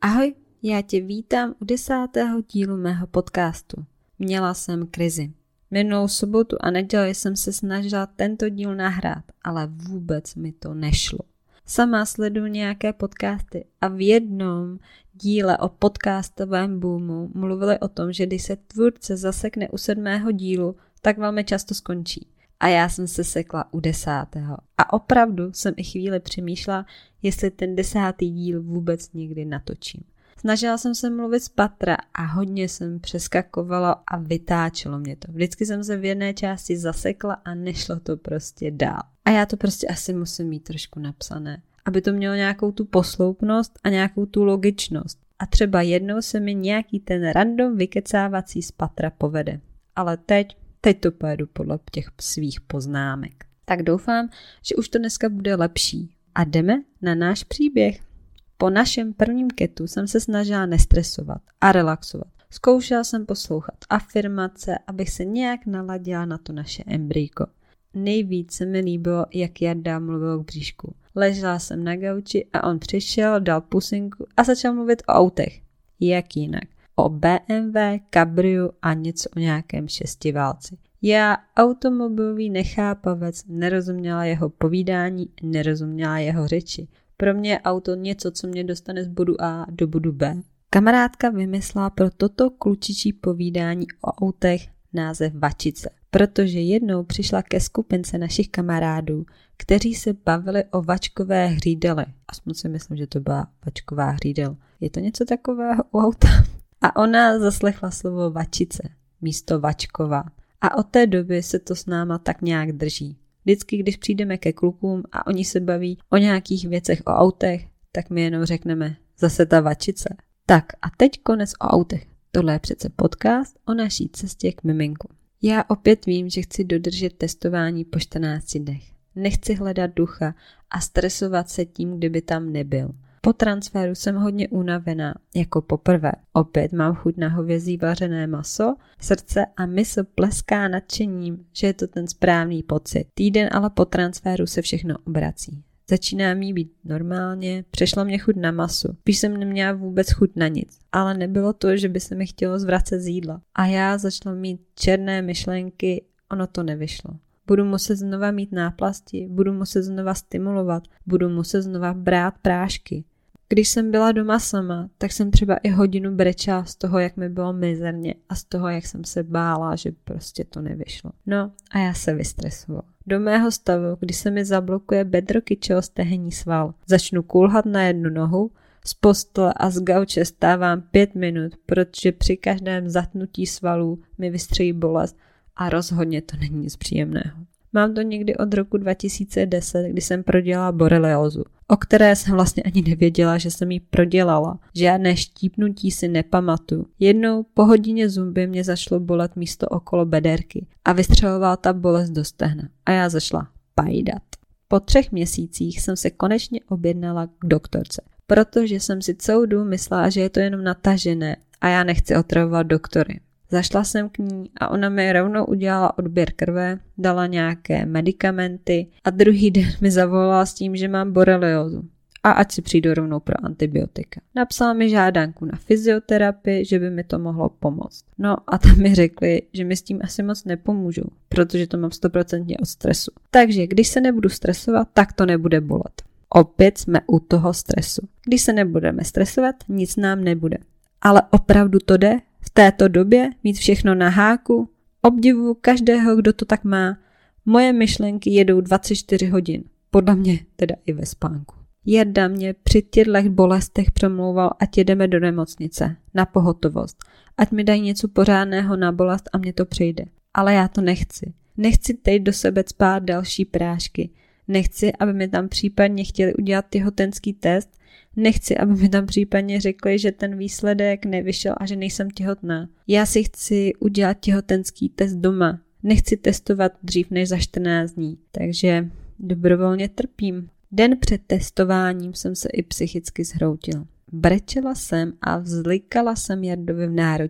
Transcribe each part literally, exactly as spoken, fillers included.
Ahoj, já tě vítám u desátého dílu mého podcastu. Měla jsem krizi. Minulou sobotu a neděli jsem se snažila tento díl nahrát, ale vůbec mi to nešlo. Sama sleduju nějaké podcasty a v jednom díle o podcastovém boomu mluvili o tom, že když se tvůrce zasekne u sedmého dílu, tak velmi často skončí. A já jsem se sekla u desátého. A opravdu jsem i chvíli přemýšlela, jestli ten desátý díl vůbec někdy natočím. Snažila jsem se mluvit z patra a hodně jsem přeskakovala a vytáčelo mě to. Vždycky jsem se v jedné části zasekla a nešlo to prostě dál. A já to prostě asi musím mít trošku napsané, aby to mělo nějakou tu posloupnost a nějakou tu logičnost. A třeba jednou se mi nějaký ten random vykecávací z patra povede. Ale teď, teď to pojedu podle těch svých poznámek. Tak doufám, že už to dneska bude lepší. A jdeme na náš příběh. Po našem prvním ketu jsem se snažila nestresovat a relaxovat. Zkoušela jsem poslouchat afirmace, abych se nějak naladila na to naše embryko. Nejvíc se mi líbilo, jak Jarda mluvil k bříšku. Ležela jsem na gauči a on přišel, dal pusinku a začal mluvit o autech. Jak jinak? O bé em vé, kabriu a něco o nějakém šestiválci. Já, automobilový nechápavec, nerozuměla jeho povídání, nerozuměla jeho řeči. Pro mě je auto něco, co mě dostane z bodu A do bodu B. Kamarádka vymyslela pro toto klučičí povídání o autech název Vačice, protože jednou přišla ke skupince našich kamarádů, kteří se bavili o vačkové hřídele. Aspoň si myslím, že to byla vačková hřídel. Je to něco takového u auta? A ona zaslechla slovo vačice místo vačková. A od té doby se to s náma tak nějak drží. Vždycky, když přijdeme ke klukům a oni se baví o nějakých věcech o autech, tak my jenom řekneme zase ta vačice. Tak a teď konec o autech. Tohle je přece podcast o naší cestě k miminku. Já opět vím, že chci dodržet testování po čtrnácti dnech. Nechci hledat ducha a stresovat se tím, kdyby tam nebyl. Po transferu jsem hodně unavená, jako poprvé. Opět mám chuť na hovězí vařené maso, srdce a mysl pleská nadšením, že je to ten správný pocit. Týden ale po transferu se všechno obrací. Začíná mi být normálně, přešla mě chuť na maso, když jsem neměla vůbec chuť na nic. Ale nebylo to, že by se mi chtělo zvracet z jídla. A já začala mít černé myšlenky, ono to nevyšlo. Budu muset znova mít náplasti, budu muset znova stimulovat, budu muset znova brát prášky. Když jsem byla doma sama, tak jsem třeba i hodinu brečela z toho, jak mi bylo mizerně a z toho, jak jsem se bála, že prostě to nevyšlo. No a já se vystresovala. Do mého stavu, kdy se mi zablokuje bedrokyčeho-stehenní sval, začnu kulhat na jednu nohu, z postele a z gauče stávám pět minut, protože při každém zatnutí svalů mi vystřelí bolest a rozhodně to není nic příjemného. Mám to někdy od roku dva tisíce deset, kdy jsem prodělala boreliózu, o které jsem vlastně ani nevěděla, že jsem ji prodělala. Žádné štípnutí si nepamatuju. Jednou po hodině zumbě mě začalo bolet místo okolo bederky a vystřelovala ta bolest do stehna a já začala pajdat. Po třech měsících jsem se konečně objednala k doktorce, protože jsem si celou dobu myslela, že je to jenom natažené a já nechci otravovat doktory. Zašla jsem k ní a ona mi rovnou udělala odběr krve, dala nějaké medikamenty a druhý den mi zavolala s tím, že mám boreliózu a ať si přijdu rovnou pro antibiotika. Napsala mi žádanku na fyzioterapii, že by mi to mohlo pomoct. No a tam mi řekli, že mi s tím asi moc nepomůžou, protože to mám sto procent od stresu. Takže když se nebudu stresovat, tak to nebude bolet. Opět jsme u toho stresu. Když se nebudeme stresovat, nic nám nebude. Ale opravdu to jde? V této době mít všechno na háku? Obdivuju každého, kdo to tak má. Moje myšlenky jedou dvacet čtyři hodin. Podle mě teda i ve spánku. Jarda mě při těchto bolestech přemlouval, ať jedeme do nemocnice, na pohotovost. Ať mi dají něco pořádného na bolest a mě to přejde. Ale já to nechci. Nechci teď do sebe spát další prášky. Nechci, aby mi tam případně chtěli udělat těhotenský test. Nechci, aby mi tam případně řekli, že ten výsledek nevyšel a že nejsem těhotná. Já si chci udělat těhotenský test doma. Nechci testovat dřív než za čtrnáct dní, takže dobrovolně trpím. Den před testováním jsem se i psychicky zhroutila. Brečela jsem a vzlikala jsem Jardovi v náručí,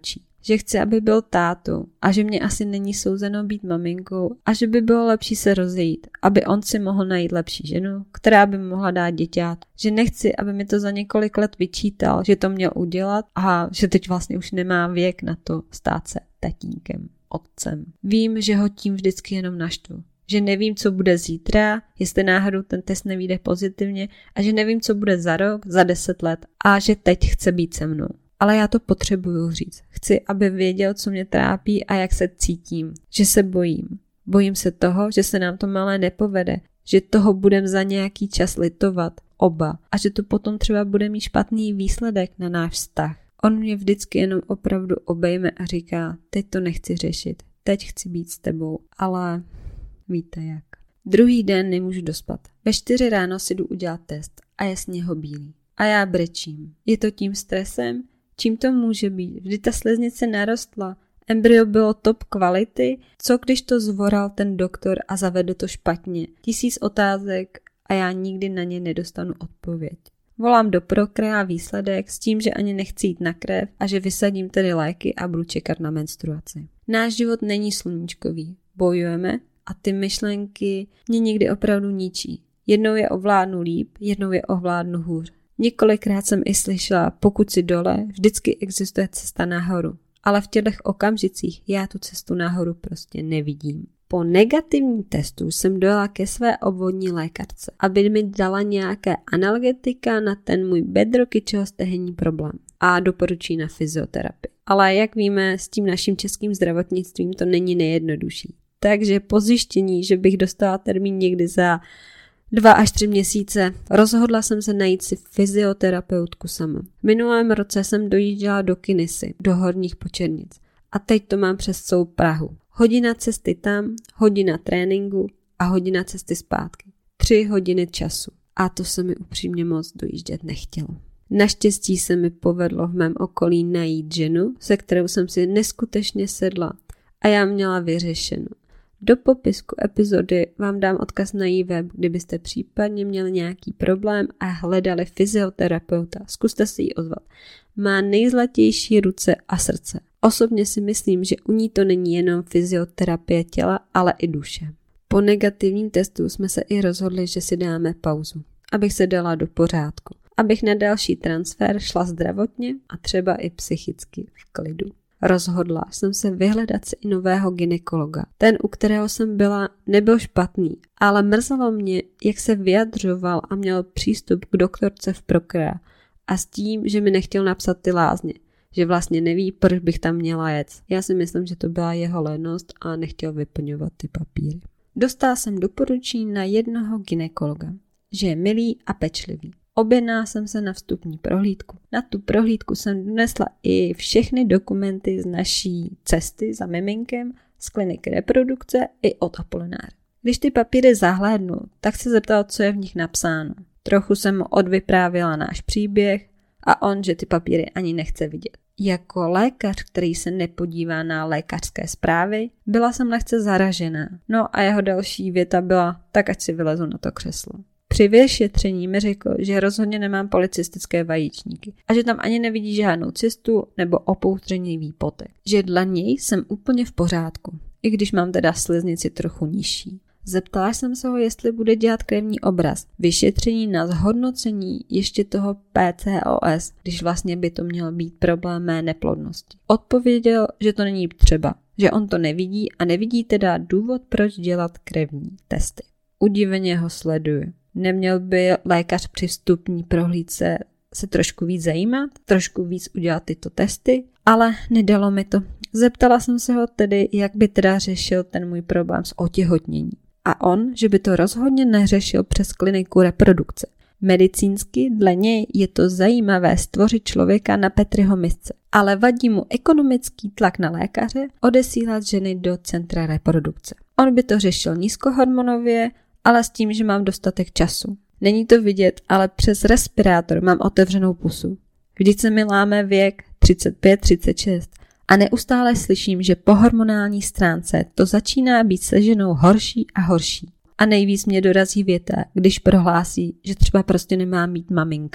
že chci, aby byl tátou a že mě asi není souzeno být maminkou a že by bylo lepší se rozejít, aby on si mohl najít lepší ženu, která by mohla dát děťát. Že nechci, aby mi to za několik let vyčítal, že to měl udělat a že teď vlastně už nemá věk na to stát se tatínkem, otcem. Vím, že ho tím vždycky jenom naštvu. Že nevím, co bude zítra, jestli náhodou ten test nevyjde pozitivně a že nevím, co bude za rok, za deset let a že teď chce být se mnou. Ale já to potřebuju říct. Chci, aby věděl, co mě trápí a jak se cítím. Že se bojím. Bojím se toho, že se nám to malé nepovede, že toho budem za nějaký čas litovat oba a že to potom třeba bude mít špatný výsledek na náš vztah. On mě vždycky jenom opravdu obejme a říká, teď to nechci řešit, teď chci být s tebou, ale víte jak. Druhý den nemůžu dospat. Ve čtyři ráno si jdu udělat test a je sněhobílý. A já brečím. Je to tím stresem? Čím to může být? Vždy ta sliznice narostla. Embryo bylo top kvality. Co když to zvoral ten doktor a zavedl to špatně? Tisíc otázek a já nikdy na ně nedostanu odpověď. Volám do Procrea výsledek s tím, že ani nechci jít na krev a že vysadím tedy léky a budu čekat na menstruaci. Náš život není sluníčkový. Bojujeme a ty myšlenky mě někdy opravdu ničí. Jednou je ovládnu líp, jednou je ovládnu hůř. Několikrát jsem i slyšela, pokud si dole, vždycky existuje cesta nahoru. Ale v těch okamžicích já tu cestu nahoru prostě nevidím. Po negativním testu jsem dojela ke své obvodní lékařce, aby mi dala nějaké analgetika na ten můj bedrokyčeho-stehenní problém a doporučí na fyzioterapii. Ale jak víme, s tím naším českým zdravotnictvím to není nejjednodušší. Takže po zjištění, že bych dostala termín někdy za dva až tři měsíce, rozhodla jsem se najít si fyzioterapeutku sama. V minulém roce jsem dojížděla do Kinisy, do Horních Počernic. A teď to mám přes celou Prahu. Hodina cesty tam, hodina tréninku a hodina cesty zpátky. Tři hodiny času. A to se mi upřímně moc dojíždět nechtělo. Naštěstí se mi povedlo v mém okolí najít ženu, se kterou jsem si neskutečně sedla a já měla vyřešeno. Do popisku epizody vám dám odkaz na její web, kdybyste případně měli nějaký problém a hledali fyzioterapeuta. Zkuste si ji ozvat. Má nejzlatější ruce a srdce. Osobně si myslím, že u ní to není jenom fyzioterapie těla, ale i duše. Po negativním testu jsme se i rozhodli, že si dáme pauzu, abych se dala do pořádku. Abych na další transfer šla zdravotně a třeba i psychicky v klidu. Rozhodla jsem se vyhledat si i nového gynekologa. Ten, u kterého jsem byla, nebyl špatný, ale mrzelo mě, jak se vyjadřoval a měl přístup k doktorce v Procrea a s tím, že mi nechtěl napsat ty lázně, že vlastně neví, proč bych tam měla jet. Já si myslím, že to byla jeho lenost a nechtěl vyplňovat ty papíry. Dostala jsem doporučení na jednoho gynekologa, že je milý a pečlivý. Objednala jsem se na vstupní prohlídku. Na tu prohlídku jsem donesla i všechny dokumenty z naší cesty za miminkem, z kliniky reprodukce i od Apolináře. Když ty papíry zahlédnu, tak se zeptal, co je v nich napsáno. Trochu jsem mu odvyprávěla náš příběh a on, že ty papíry ani nechce vidět. Jako lékař, který se nepodívá na lékařské zprávy, byla jsem lehce zaražená. No a jeho další věta byla, tak ať si vylezu na to křeslo. Při vyšetření mi řekl, že rozhodně nemám policistické vajíčníky a že tam ani nevidí žádnou cystu nebo opouzdřenivý potek. Že dle něj jsem úplně v pořádku, i když mám teda sliznici trochu nižší. Zeptala jsem se ho, jestli bude dělat krevní obraz, vyšetření na zhodnocení ještě toho P C O S, když vlastně by to měl být problém mé neplodnosti. Odpověděl, že to není třeba, že on to nevidí a nevidí teda důvod, proč dělat krevní testy. Udiveně ho sleduju. Neměl by lékař při vstupní prohlídce se trošku víc zajímat, trošku víc udělat tyto testy, ale nedalo mi to. Zeptala jsem se ho tedy, jak by teda řešil ten můj problém s otěhotněním. A on, že by to rozhodně neřešil přes kliniku reprodukce. Medicínsky dle něj je to zajímavé stvořit člověka na Petriho misce, ale vadí mu ekonomický tlak na lékaře odesílat ženy do centra reprodukce. On by to řešil nízkohormonově, ale s tím, že mám dostatek času. Není to vidět, ale přes respirátor mám otevřenou pusu. Vždyť se mi láme věk třicet pět třicet šest a neustále slyším, že po hormonální stránce to začíná být se ženou horší a horší. A nejvíc mě dorazí věta, když prohlásí, že třeba prostě nemá mít maminka.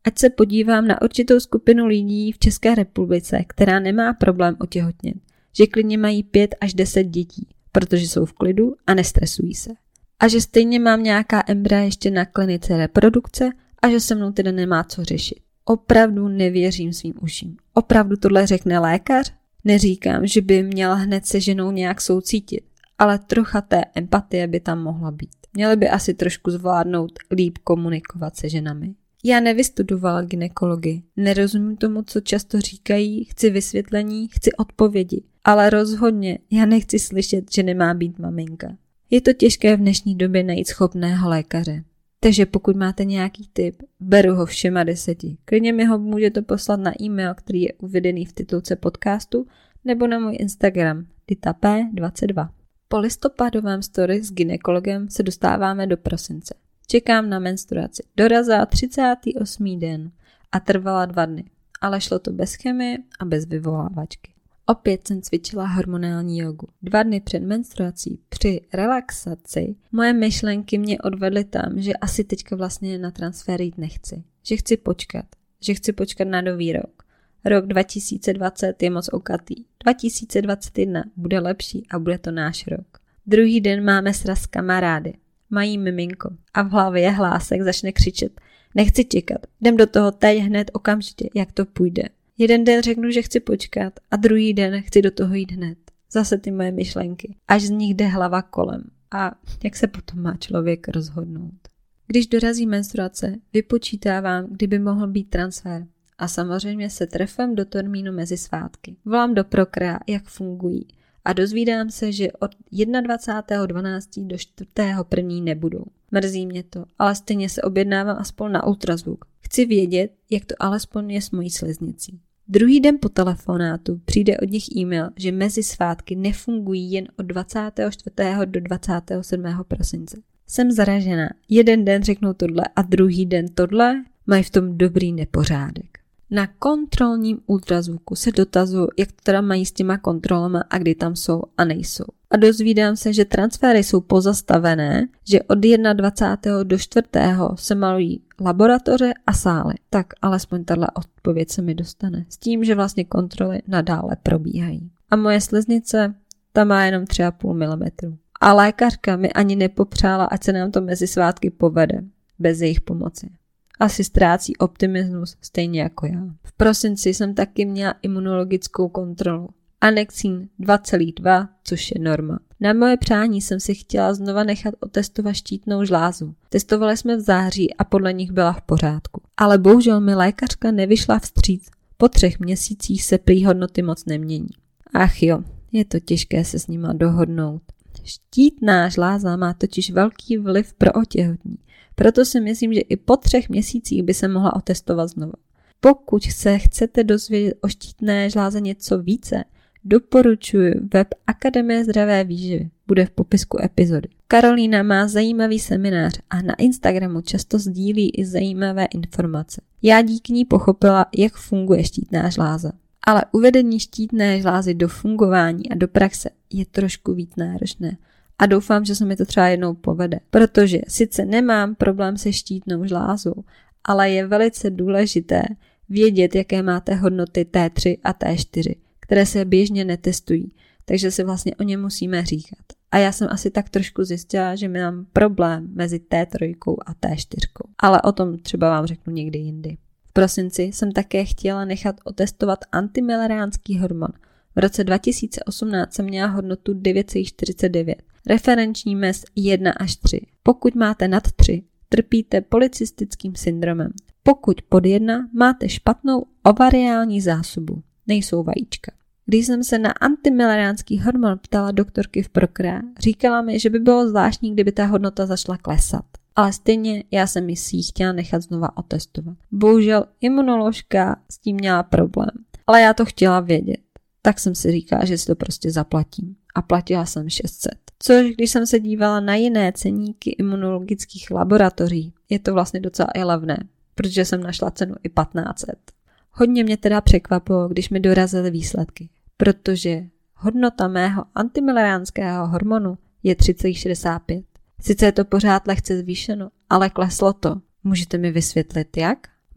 ať se podívám na určitou skupinu lidí v České republice, která nemá problém otěhotnět, že klidně mají pět až deset dětí, protože jsou v klidu a nestresují se. A že stejně mám nějaká embrya ještě na klinice reprodukce a že se mnou teda nemá co řešit. Opravdu nevěřím svým uším. Opravdu tohle řekne lékař? Neříkám, že by měla hned se ženou nějak soucítit, ale trocha té empatie by tam mohla být. Měli by asi trošku zvládnout líp komunikovat se ženami. Já nevystudovala gynekologii, nerozumím tomu, co často říkají, chci vysvětlení, chci odpovědi, ale rozhodně já nechci slyšet, že nemá být maminka. Je to těžké v dnešní době najít schopného lékaře. Takže pokud máte nějaký tip, beru ho všema deseti. Klidně mi ho můžete poslat na e-mail, který je uvedený v titulce podcastu, nebo na můj Instagram dita p dvacet dva. Po listopadovém story s gynekologem se dostáváme do prosince. Čekám na menstruaci. Dorazila třicátý osmý den a trvala dva dny, ale šlo to bez chemie a bez vyvolávačky. Opět jsem cvičila hormonální jogu. Dva dny před menstruací při relaxaci moje myšlenky mě odvedly tam, že asi teďka vlastně na transfer jít nechci. Že chci počkat. Že chci počkat na nový rok. Rok dva tisíce dvacet je moc okatý. dva tisíce dvacet jedna bude lepší a bude to náš rok. Druhý den máme sraz s kamarády. Mají miminko a v hlavě hlásek začne křičet. Nechci čekat, jdem do toho teď hned okamžitě, jak to půjde. Jeden den řeknu, že chci počkat a druhý den chci do toho jít hned. Zase ty moje myšlenky. Až z nich jde hlava kolem. A jak se potom má člověk rozhodnout? Když dorazí menstruace, vypočítávám, kdyby mohl být transfer. A samozřejmě se trefem do termínu mezi svátky. Volám do Procrea, jak fungují. A dozvídám se, že od dvacátého prvního dvanáctého do čtvrtého prvního nebudou. Mrzí mě to, ale stejně se objednávám aspoň na ultrazvuk. Chci vědět, jak to alespoň je s mojí sliznicí. Druhý den po telefonátu přijde od nich e-mail, že mezi svátky nefungují jen od dvacátého čtvrtého do dvacátého sedmého prosince. Jsem zaražená. Jeden den řeknou tohle a druhý den tohle, mají v tom dobrý nepořádek. Na kontrolním ultrazvuku se dotazuju, jak to teda mají s těma kontrolama a kdy tam jsou a nejsou. A dozvídám se, že transfery jsou pozastavené, že od dvacátého prvního do čtvrtého se malují laboratoře a sály. Tak alespoň tato odpověď se mi dostane. S tím, že vlastně kontroly nadále probíhají. A moje sliznice, ta má jenom tři a půl milimetru. A lékařka mi ani nepopřála, ať se nám to mezi svátky povede. Bez jejich pomoci. Asi ztrácí optimismus stejně jako já. V prosinci jsem taky měla imunologickou kontrolu. Anexin dva celá dva, což je norma. Na moje přání jsem si chtěla znova nechat otestovat štítnou žlázu. Testovali jsme v září a podle nich byla v pořádku. Ale bohužel mi lékařka nevyšla vstříc. Po třech měsících se prý hodnoty moc nemění. Ach jo, je to těžké se s nima dohodnout. Štítná žláza má totiž velký vliv pro otěhotní. Proto si myslím, že i po třech měsících by se mohla otestovat znovu. Pokud se chcete dozvědět o štítné žláze něco více, doporučuji web Akademie zdravé výživy. Bude v popisku epizody. Karolína má zajímavý seminář a na Instagramu často sdílí i zajímavé informace. Já díky ní pochopila, jak funguje štítná žláza. Ale uvedení štítné žlázy do fungování a do praxe je trošku víc náročné. A doufám, že se mi to třeba jednou povede. Protože sice nemám problém se štítnou žlázou, ale je velice důležité vědět, jaké máte hodnoty T tři a T čtyři, které se běžně netestují, takže si vlastně o ně musíme říkat. A já jsem asi tak trošku zjistila, že mám problém mezi T tři a T čtyři. Ale o tom třeba vám řeknu někdy jindy. V prosinci jsem také chtěla nechat otestovat antimileriánský hormon. V roce dva tisíce osmnáct jsem měla hodnotu devět celá čtyřicet devět. Referenční mez jedna až tři. Pokud máte nad tři, trpíte polycystickým syndromem. Pokud pod jedna, máte špatnou ovariální zásobu. Nejsou vajíčka. Když jsem se na antimileriánský hormon ptala doktorky v Procrea, říkala mi, že by bylo zvláštní, kdyby ta hodnota začala klesat. Ale stejně já jsem si ji chtěla nechat znova otestovat. Bohužel imunoložka s tím měla problém. Ale já to chtěla vědět. Tak jsem si říkala, že si to prostě zaplatím. A platila jsem šest set. Což když jsem se dívala na jiné ceníky imunologických laboratoří, je to vlastně docela i levné, protože jsem našla cenu i patnáct set. Hodně mě teda překvapilo, když mi dorazily výsledky, protože hodnota mého antimileriánského hormonu je tři celá šedesát pět. Sice je to pořád lehce zvýšeno, ale kleslo to. Můžete mi vysvětlit jak?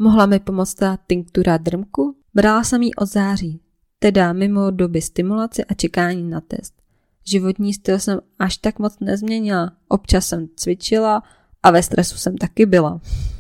Mohla mi pomoct ta tinktura drmku? Brala jsem ji od září, teda mimo doby stimulace a čekání na test. Životní styl jsem až tak moc nezměnila, občas jsem cvičila a ve stresu jsem taky byla.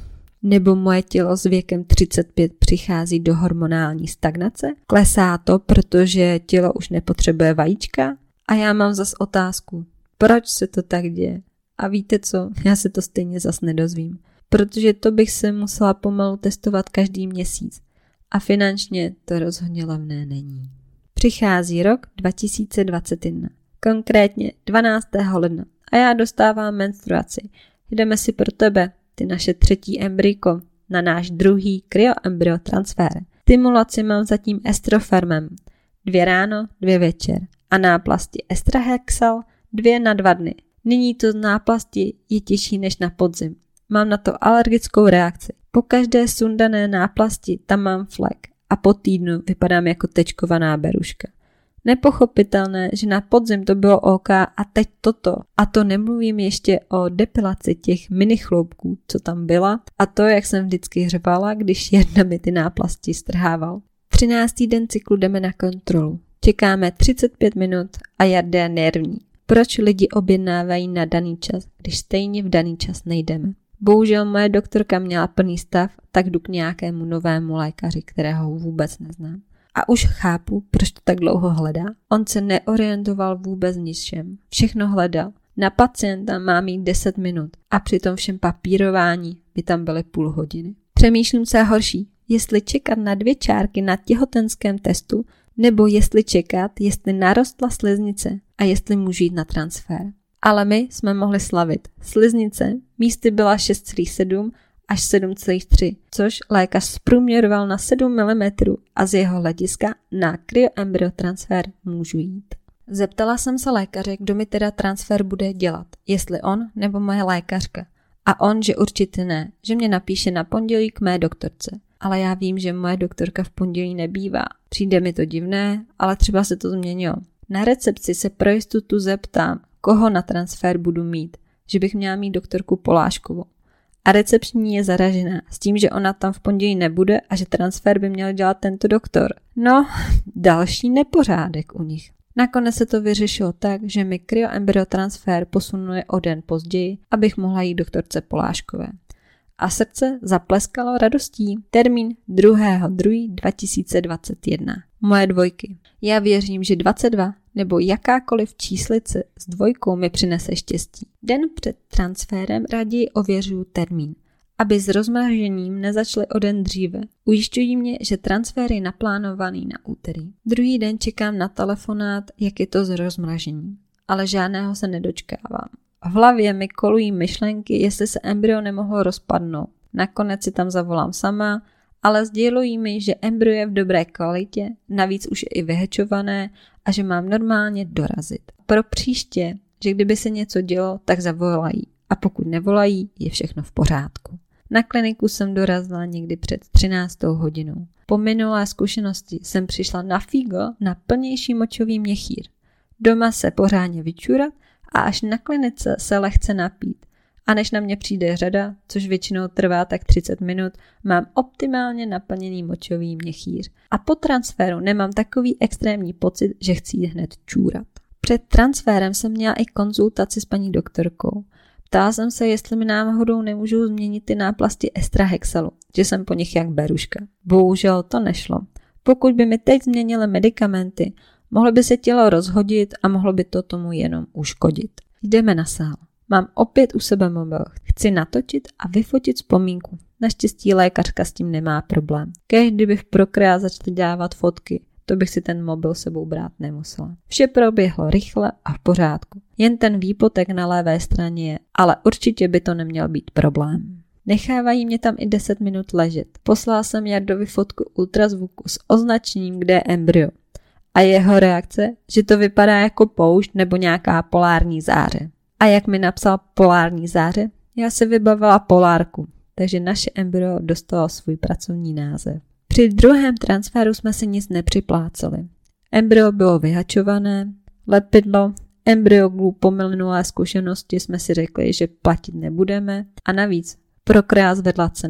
Nebo moje tělo s věkem třicet pět přichází do hormonální stagnace? Klesá to, protože tělo už nepotřebuje vajíčka? A já mám zas otázku, proč se to tak děje? A víte co, já se to stejně zas nedozvím, protože to bych se musela pomalu testovat každý měsíc. A finančně to rozhodně levné není. Přichází rok dva tisíce dvacet jedna, konkrétně dvanáctého ledna a já dostávám menstruaci. Jdeme si pro tebe, ty naše třetí embryko, na náš druhý kryoembryo transfer. Stimulaci mám zatím estrofermem. Dvě ráno, dvě večer. A náplasti estrahexal dvě na dva dny. Nyní to z náplasti je těžší než na podzim. Mám na to alergickou reakci. Po každé sundané náplasti tam mám flek a po týdnu vypadám jako tečkovaná beruška. Nepochopitelné, že na podzim to bylo OK a teď toto. A to nemluvím ještě o depilaci těch mini chloupků, co tam byla a to, jak jsem vždycky hřvala, když jedna mi ty náplasti strhával. třináctý den cyklu jdeme na kontrolu. Čekáme třicet pět minut a Jarda je nervní. Proč lidi objednávají na daný čas, když stejně v daný čas nejdeme? Bohužel moje doktorka měla plný stav, tak jdu k nějakému novému lékaři, kterého vůbec neznám. A už chápu, proč to tak dlouho hledá. On se neorientoval vůbec ničem. Všechno hledal. Na pacienta má mít deset minut a při tom všem papírování by tam byly půl hodiny. Přemýšlím, co je horší, jestli čekat na dvě čárky na těhotenském testu, nebo jestli čekat, jestli narostla sliznice a jestli můžu jít na transfer. Ale my jsme mohli slavit. Sliznice místy byla šest celá sedm až sedm celá tři, což lékař zprůměroval na sedm milimetrů a z jeho hlediska na kryoembryo transfer můžu jít. Zeptala jsem se lékaře, kdo mi teda transfer bude dělat, jestli on nebo moje lékařka. A on, že určitě ne, že mě napíše na pondělí k mé doktorce. Ale já vím, že moje doktorka v pondělí nebývá. Přijde mi to divné, ale třeba se to změnilo. Na recepci se pro jistotu zeptám, koho na transfer budu mít, že bych měla mít doktorku Poláškovou. A recepční je zaražená s tím, že ona tam v pondělí nebude a že transfer by měl dělat tento doktor. No, další nepořádek u nich. Nakonec se to vyřešilo tak, že mi kryoembryo transfer posunuje o den později, abych mohla jít doktorce Poláškové. A srdce zapleskalo radostí. Termín druhého druhého dva tisíce dvacet jedna. Moje dvojky. Já věřím, že dvacet dva nebo jakákoliv číslice s dvojkou mi přinese štěstí. Den před transferem raději ověřuju termín, aby s rozmražením nezačaly o den dříve. Ujišťují mě, že transfer je naplánovaný na úterý. Druhý den čekám na telefonát, jak je to s rozmražením, ale žádného se nedočkávám. V hlavě mi kolují myšlenky, jestli se embryo nemohlo rozpadnout. Nakonec si tam zavolám sama, ale sdělují mi, že embryo je v dobré kvalitě, navíc už je i vyhečované a že mám normálně dorazit. Pro příště, že kdyby se něco dělo, tak zavolají a pokud nevolají, je všechno v pořádku. Na kliniku jsem dorazila někdy před třináctou hodinou. Po minulé zkušenosti jsem přišla na figo na plnější močový měchýr. Doma se pořádně vyčurat a až na klinice se lehce napít. A než na mě přijde řada, což většinou trvá tak třicet minut, mám optimálně naplněný močový měchýř. A po transferu nemám takový extrémní pocit, že chci jít hned čůrat. Před transferem jsem měla i konzultaci s paní doktorkou. Ptala jsem se, jestli mi náhodou nemůžou změnit ty náplasti estrahexalu, že jsem po nich jak beruška. Bohužel to nešlo. Pokud by mi teď změnily medicamenty, mohlo by se tělo rozhodit a mohlo by to tomu jenom uškodit. Jdeme na sál. Mám opět u sebe mobil. Chci natočit a vyfotit vzpomínku. Naštěstí lékařka s tím nemá problém. Kéž kdybych prokrát začala dávat fotky, to bych si ten mobil sebou brát nemusela. Vše proběhlo rychle a v pořádku. Jen ten výpotek na levé straně je, ale určitě by to neměl být problém. Nechávají mě tam i deset minut ležet. Poslala jsem Jardovi fotku ultrazvuku s označením, kde je embryo. A jeho reakce, že to vypadá jako poušť nebo nějaká polární záře. A jak mi napsal polární záře, já se vybavila polárku, takže naše embryo dostalo svůj pracovní název. Při druhém transferu jsme si nic nepřipláceli. Embryo bylo vyhačované, lepidlo, embryo po minulé zkušenosti jsme si řekli, že platit nebudeme a navíc Procrea zvedla ceny.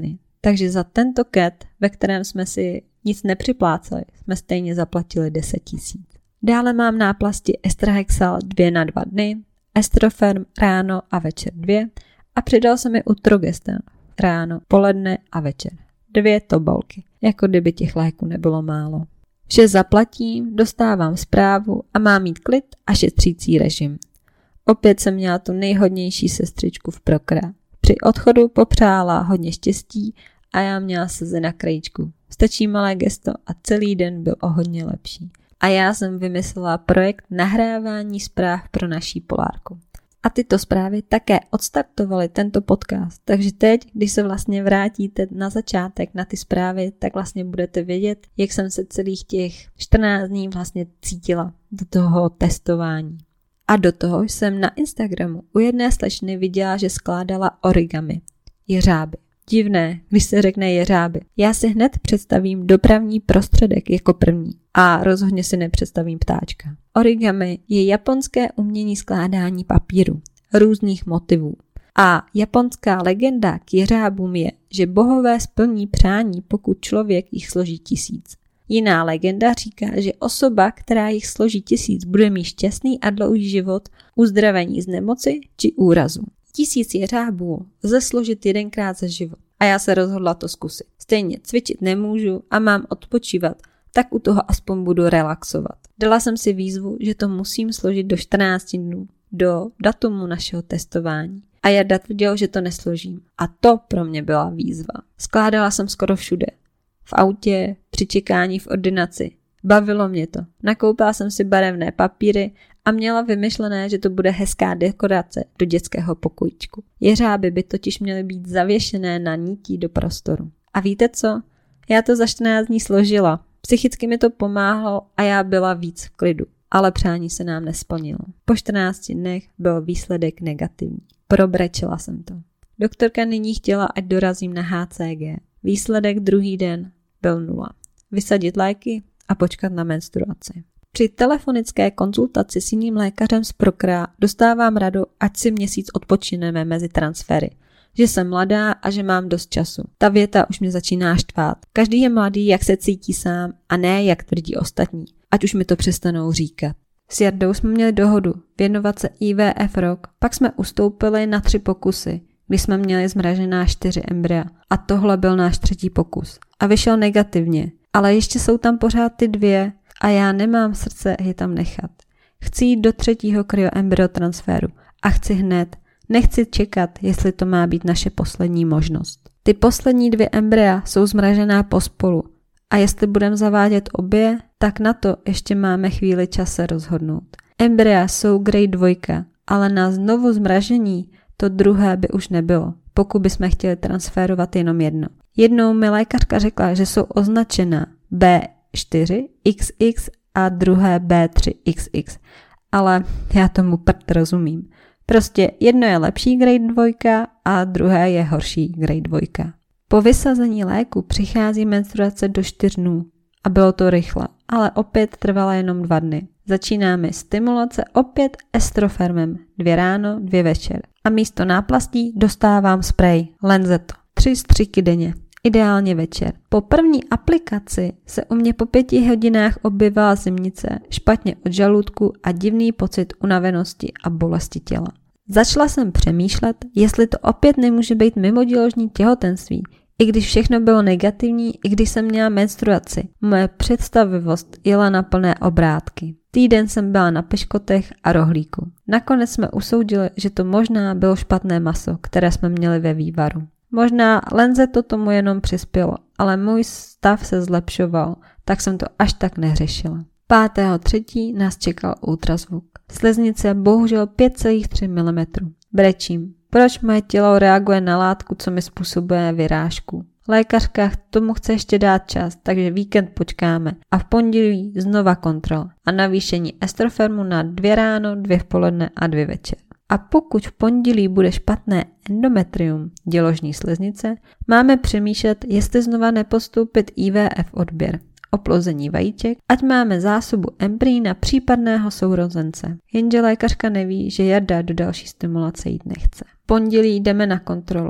takže za tento ket, ve kterém jsme si nic nepřipláceli, jsme stejně zaplatili deset tisíc. Dále mám náplasti Estrahexal dvě na dva dny, Estroferm ráno a večer dvě a přidal se mi Utrogestan ráno, poledne a večer. Dvě tobolky, jako kdyby těch léků nebylo málo. Vše zaplatím, dostávám zprávu a mám mít klid a šetřící režim. Opět jsem měla tu nejhodnější sestřičku v Prokra. Při odchodu popřála hodně štěstí a já měla slzy na krajíčku. Stačí malé gesto a celý den byl o hodně lepší. A já jsem vymyslela projekt nahrávání zpráv pro naší Polárku. A tyto zprávy také odstartovaly tento podcast, takže teď, když se vlastně vrátíte na začátek na ty zprávy, tak vlastně budete vědět, jak jsem se celých těch čtrnáct dní vlastně cítila do toho testování. A do toho jsem na Instagramu u jedné slečny viděla, že skládala origami, jeřáby. Divné, když se řekne jeřáby. Já si hned představím dopravní prostředek jako první a rozhodně si nepředstavím ptáčka. Origami je japonské umění skládání papíru, různých motivů. A japonská legenda k jeřábům je, že bohové splní přání, pokud člověk jich složí tisíc. Jiná legenda říká, že osoba, která jich složí tisíc, bude mít šťastný a dlouhý život, uzdravení z nemoci či úrazu. Tisíc jeřábů lze složit jedenkrát za život. A já se rozhodla to zkusit. Stejně cvičit nemůžu a mám odpočívat, tak u toho aspoň budu relaxovat. Dala jsem si výzvu, že to musím složit do čtrnácti dnů, do datumu našeho testování. A Jarda tvrdil, že to nesložím. A to pro mě byla výzva. Skládala jsem skoro všude. V autě, při čekání v ordinaci. Bavilo mě to. Nakoupila jsem si barevné papíry a měla vymyšlené, že to bude hezká dekorace do dětského pokojíčku. Jeřáby by totiž měly být zavěšené na nití do prostoru. A víte co? Já to za čtrnáct dní složila. Psychicky mi to pomáhalo a já byla víc v klidu. Ale přání se nám nesplnilo. Po čtrnácti dnech byl výsledek negativní. Probrečela jsem to. Doktorka nyní chtěla, ať dorazím na H C G. Výsledek druhý den byl nula. Vysadit léky a počkat na menstruaci. Při telefonické konzultaci s jiným lékařem z Prokra dostávám radu, ať si měsíc odpočineme mezi transfery. Že jsem mladá a že mám dost času. Ta věta už mě začíná štvát. Každý je mladý, jak se cítí sám a ne, jak tvrdí ostatní. Ať už mi to přestanou říkat. S Jardou jsme měli dohodu věnovat se I V F rok, pak jsme ustoupili na tři pokusy, kdy jsme měli zmražená čtyři embrya a tohle byl náš třetí pokus. A vyšel negativně, ale ještě jsou tam pořád ty dvě a já nemám srdce je tam nechat. Chci jít do třetího kryoembryotransferu a chci hned. Nechci čekat, jestli to má být naše poslední možnost. Ty poslední dvě embrya jsou zmražená pospolu a jestli budeme zavádět obě, tak na to ještě máme chvíli čas se rozhodnout. Embrya jsou grade dvojka, ale na znovu zmražení to druhé by už nebylo, pokud bychom chtěli transferovat jenom jedno. Jednou mi lékařka řekla, že jsou označená B čtyři X X a druhé B tři X X, ale já tomu prd rozumím. Prostě jedno je lepší grade dvojka a druhé je horší grade dvojka. Po vysazení léku přichází menstruace do čtyř dnů a bylo to rychle, ale opět trvala jenom dva dny. Začínáme stimulace opět estrofermem, dvě ráno, dvě večer. A místo náplastí dostávám spray, Lenzeto, tři střiky denně, ideálně večer. Po první aplikaci se u mě po pěti hodinách objevila zimnice, špatně od žaludku a divný pocit unavenosti a bolesti těla. Začala jsem přemýšlet, jestli to opět nemůže být mimoděložní těhotenství, i když všechno bylo negativní, i když jsem měla menstruaci. Moje představivost jela na plné obrátky. Týden jsem byla na peškotech a rohlíku. Nakonec jsme usoudili, že to možná bylo špatné maso, které jsme měli ve vývaru. Možná Lenzeto tomu jenom přispělo, ale můj stav se zlepšoval, tak jsem to až tak neřešila. pátého třetího nás čekal ultrazvuk. Sliznice bohužel pět celá tři milimetru. Brečím. Proč moje tělo reaguje na látku, co mi způsobuje vyrážku? Lékařka tomu chce ještě dát čas, takže víkend počkáme a v pondělí znova kontrola a navýšení estrofermu na dvě ráno, dvě v poledne a dvě večer. A pokud v pondělí bude špatné endometrium, děložní sliznice, máme přemýšlet, jestli znova nepostoupit I V F odběr, oplození vajíček, ať máme zásobu embryí na případného sourozence. Jenže lékařka neví, že Jarda do další stimulace jít nechce. V pondělí jdeme na kontrolu.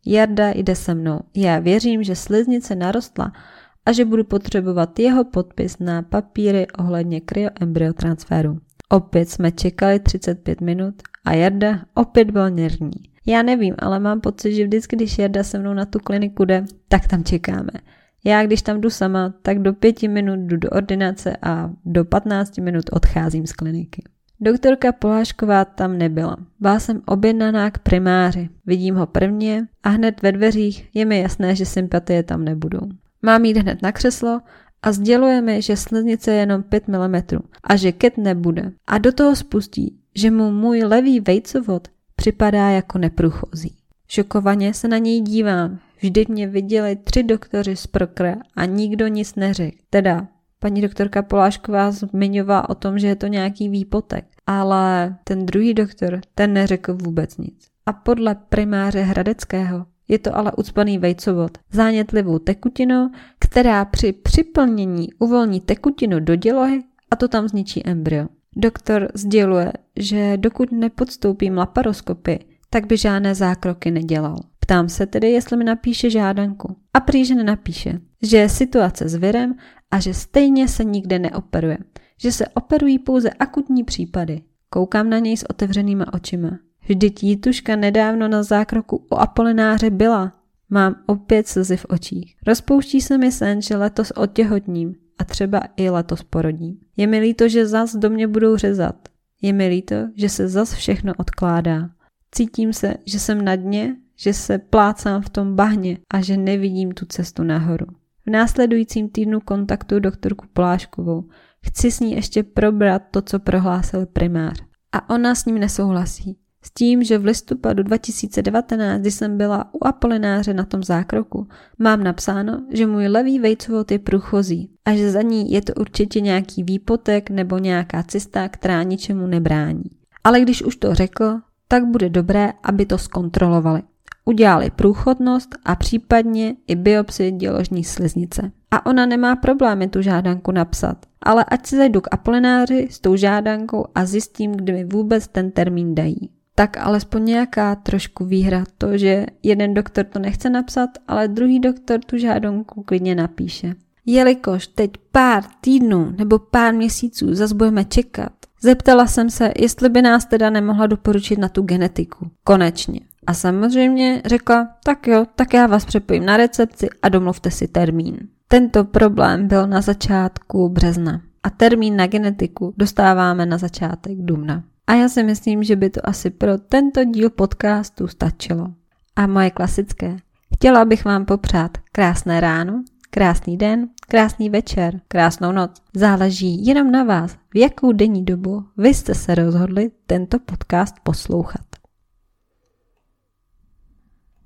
Jarda jde se mnou. Já věřím, že sliznice narostla a že budu potřebovat jeho podpis na papíry ohledně kryoembryotransferu. Opět jsme čekali třicet pět minut a Jarda opět byl nervní. Já nevím, ale mám pocit, že vždycky, když Jarda se mnou na tu kliniku jde, tak tam čekáme. Já, když tam jdu sama, tak do pěti minut jdu do ordinace a do patnácti minut odcházím z kliniky. Doktorka Polášková tam nebyla. Byla jsem objednaná k primáři. Vidím ho prvně a hned ve dveřích je mi jasné, že sympatie tam nebudou. Mám jít hned na křeslo a sděluje mi, že sliznice je jenom pět milimetrů a že ket nebude. A do toho spustí, že mu můj levý vejcovod připadá jako neprůchozí. Šokovaně se na něj dívám. Vždyť mě viděli tři doktoři z Prokra a nikdo nic neřekl. Teda paní doktorka Polášková zmiňovala o tom, že je to nějaký výpotek, ale ten druhý doktor, ten neřekl vůbec nic. A podle primáře Hradeckého je to ale ucpaný vejcovod zánětlivou tekutinou, která při připlnění uvolní tekutinu do dělohy a to tam zničí embryo. Doktor sděluje, že dokud nepodstoupím laparoskopii, tak by žádné zákroky nedělal. Ptám se tedy, jestli mi napíše žádanku. A prý, že nenapíše. Že je situace s virem a že stejně se nikde neoperuje. Že se operují pouze akutní případy. Koukám na něj s otevřenýma očima. Vždyť Jituška nedávno na zákroku u Apolináře byla. Mám opět slzy v očích. Rozpouští se mi sen, že letos otěhotním a třeba i letos porodím. Je mi líto, že zas do mě budou řezat. Je mi líto, že se zas všechno odkládá. Cítím se, že jsem na dně, že se plácám v tom bahně a že nevidím tu cestu nahoru. V následujícím týdnu kontaktuju doktorku Poláškovou. Chci s ní ještě probrat to, co prohlásil primář. A ona s ním nesouhlasí. S tím, že v listopadu dva tisíce devatenáct, když jsem byla u Apolináře na tom zákroku, mám napsáno, že můj levý vejcovod je průchozí a že za ní je to určitě nějaký výpotek nebo nějaká cysta, která ničemu nebrání. Ale když už to řekl, tak bude dobré, aby to zkontrolovali. Udělali průchodnost a případně i biopsii děložní sliznice. A ona nemá problémy tu žádanku napsat, ale ať si zajdu k Apolináři s tou žádankou a zjistím, kdy mi vůbec ten termín dají. Tak alespoň nějaká trošku výhra to, že jeden doktor to nechce napsat, ale druhý doktor tu žádanku klidně napíše. Jelikož teď pár týdnů nebo pár měsíců zas budeme čekat, zeptala jsem se, jestli by nás teda nemohla doporučit na tu genetiku. Konečně. A samozřejmě řekla, tak jo, tak já vás přepojím na recepci a domluvte si termín. Tento problém byl na začátku března a termín na genetiku dostáváme na začátek dubna. A já si myslím, že by to asi pro tento díl podcastu stačilo. A moje klasické. Chtěla bych vám popřát krásné ráno, krásný den, krásný večer, krásnou noc. Záleží jenom na vás, v jakou denní dobu vy jste se rozhodli tento podcast poslouchat.